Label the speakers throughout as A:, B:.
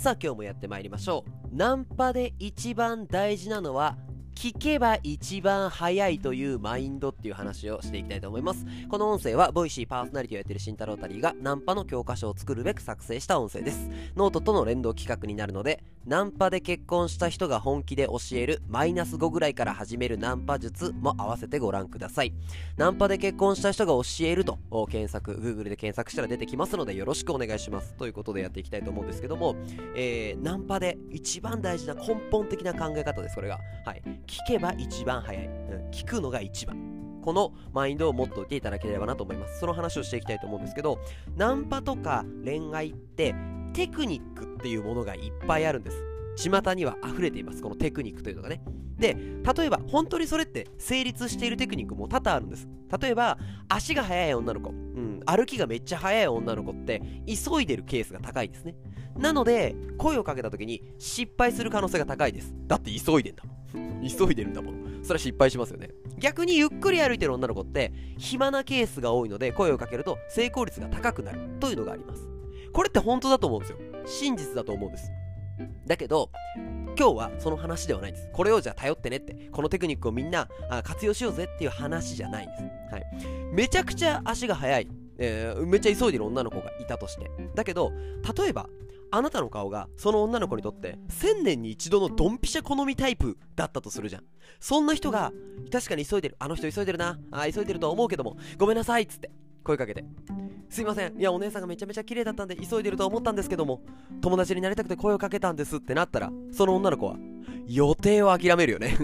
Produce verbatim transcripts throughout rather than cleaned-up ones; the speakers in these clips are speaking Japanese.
A: さあ今日もやってまいりましょう。ナンパで一番大事なのは聞けば一番早いというマインドっていう話をしていきたいと思います。この音声はボイシーパーソナリティをやっている慎太郎タリーがナンパの教科書を作るべく作成した音声です。ノートとの連動企画になるので、ナンパで結婚した人が本気で教えるマイナスごぐらいから始めるナンパ術も合わせてご覧ください。ナンパで結婚した人が教えると検索、Google で検索したら出てきますのでよろしくお願いしますということでやっていきたいと思うんですけども、えー、ナンパで一番大事な根本的な考え方です。これがはい聞けば一番早い、うん、聞くのが一番、このマインドを持っておいていただければなと思います。その話をしていきたいと思うんですけど、ナンパとか恋愛ってテクニックっていうものがいっぱいあるんです。巷には溢れています、このテクニックというのがね。で、例えば本当にそれって成立しているテクニックも多々あるんです。例えば足が速い女の子、うん、歩きがめっちゃ速い女の子って急いでるケースが高いですね。なので声をかけた時に失敗する可能性が高いです。だって急いでんだもん急いでるんだもん。それは失敗しますよね。逆にゆっくり歩いてる女の子って暇なケースが多いので、声をかけると成功率が高くなるというのがあります。これって本当だと思うんですよ。真実だと思うんです。だけど今日はその話ではないんです。これをじゃあ頼ってねって、このテクニックをみんなあ活用しようぜっていう話じゃないんです。はい、めちゃくちゃ足が速い、えー、めっちゃ急いでる女の子がいたとして、だけど例えばあなたの顔がその女の子にとって千年に一度のドンピシャ好みタイプだったとするじゃん。そんな人が確かに急いでる、あの人急いでるな、あ急いでるとは思うけどもごめんなさいっつって声かけて、すいません、いやお姉さんがめちゃめちゃ綺麗だったんで急いでるとは思ったんですけども友達になりたくて声をかけたんですってなったら、その女の子は予定を諦めるよね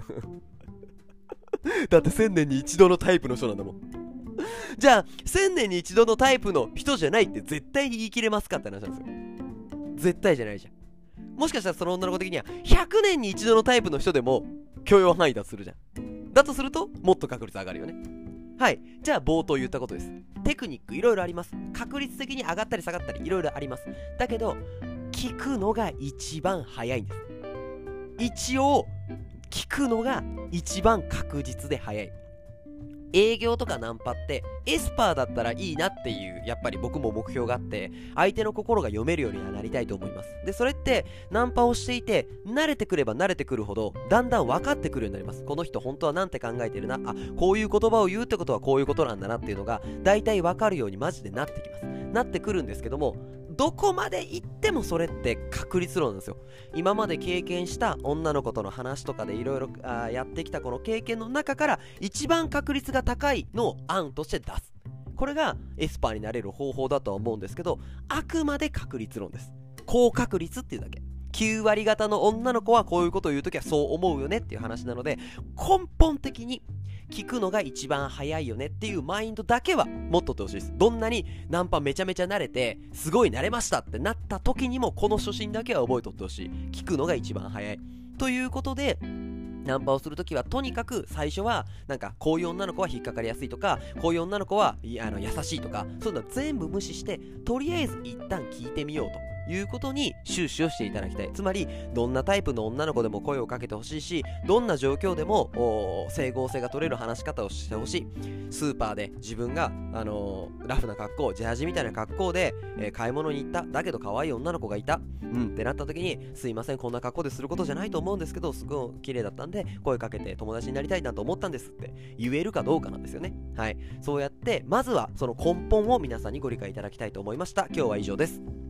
A: だって千年に一度のタイプの人なんだもん。じゃあ千年に一度のタイプの人じゃないって絶対に言い切れますかって話なんですよ。絶対じゃないじゃん。もしかしたらその女の子的にはひゃくねんに一度のタイプの人でも許容範囲だとするじゃん。だとするともっと確率上がるよね。はい、じゃあ冒頭言ったことです。テクニックいろいろあります。確率的に上がったり下がったりいろいろあります。だけど聞くのが一番早いんです。一応聞くのが一番確実で早い。営業とかナンパってエスパーだったらいいなっていう、やっぱり僕も目標があって、相手の心が読めるようにはなりたいと思います。でそれってナンパをしていて慣れてくれば慣れてくるほどだんだん分かってくるようになります。この人本当はなんて考えてるな、あこういう言葉を言うってことはこういうことなんだなっていうのが大体分かるようにマジでなってきます。なってくるんですけども、どこまで行ってもそれって確率論なんですよ。今まで経験した女の子との話とかでいろいろやってきたこの経験の中から一番確率が高いのを案として出す。これがエスパーになれる方法だとは思うんですけど、あくまで確率論です。高確率っていうだけ。きゅうわり型の女の子はこういうことを言うときはそう思うよねっていう話なので、根本的に聞くのが一番早いよねっていうマインドだけは持っとってほしいです。どんなにナンパめちゃめちゃ慣れてすごい慣れましたってなった時にもこの初心だけは覚えとってほしい。聞くのが一番早いということで、ナンパをするときはとにかく最初はなんかこういう女の子は引っかかりやすいとか、こういう女の子はあの優しいとか、そういうの全部無視してとりあえず一旦聞いてみようということに終始をしていただきたい。つまりどんなタイプの女の子でも声をかけてほしいし、どんな状況でも整合性が取れる話し方をしてほしい。スーパーで自分が、あのー、ラフな格好、ジャージみたいな格好で、えー、買い物に行った。だけど可愛い女の子がいた、うんってなった時に、すいませんこんな格好ですることじゃないと思うんですけどすごい綺麗だったんで声かけて友達になりたいなと思ったんですって言えるかどうかなんですよね。はい、そうやってまずはその根本を皆さんにご理解いただきたいと思いました。今日は以上です。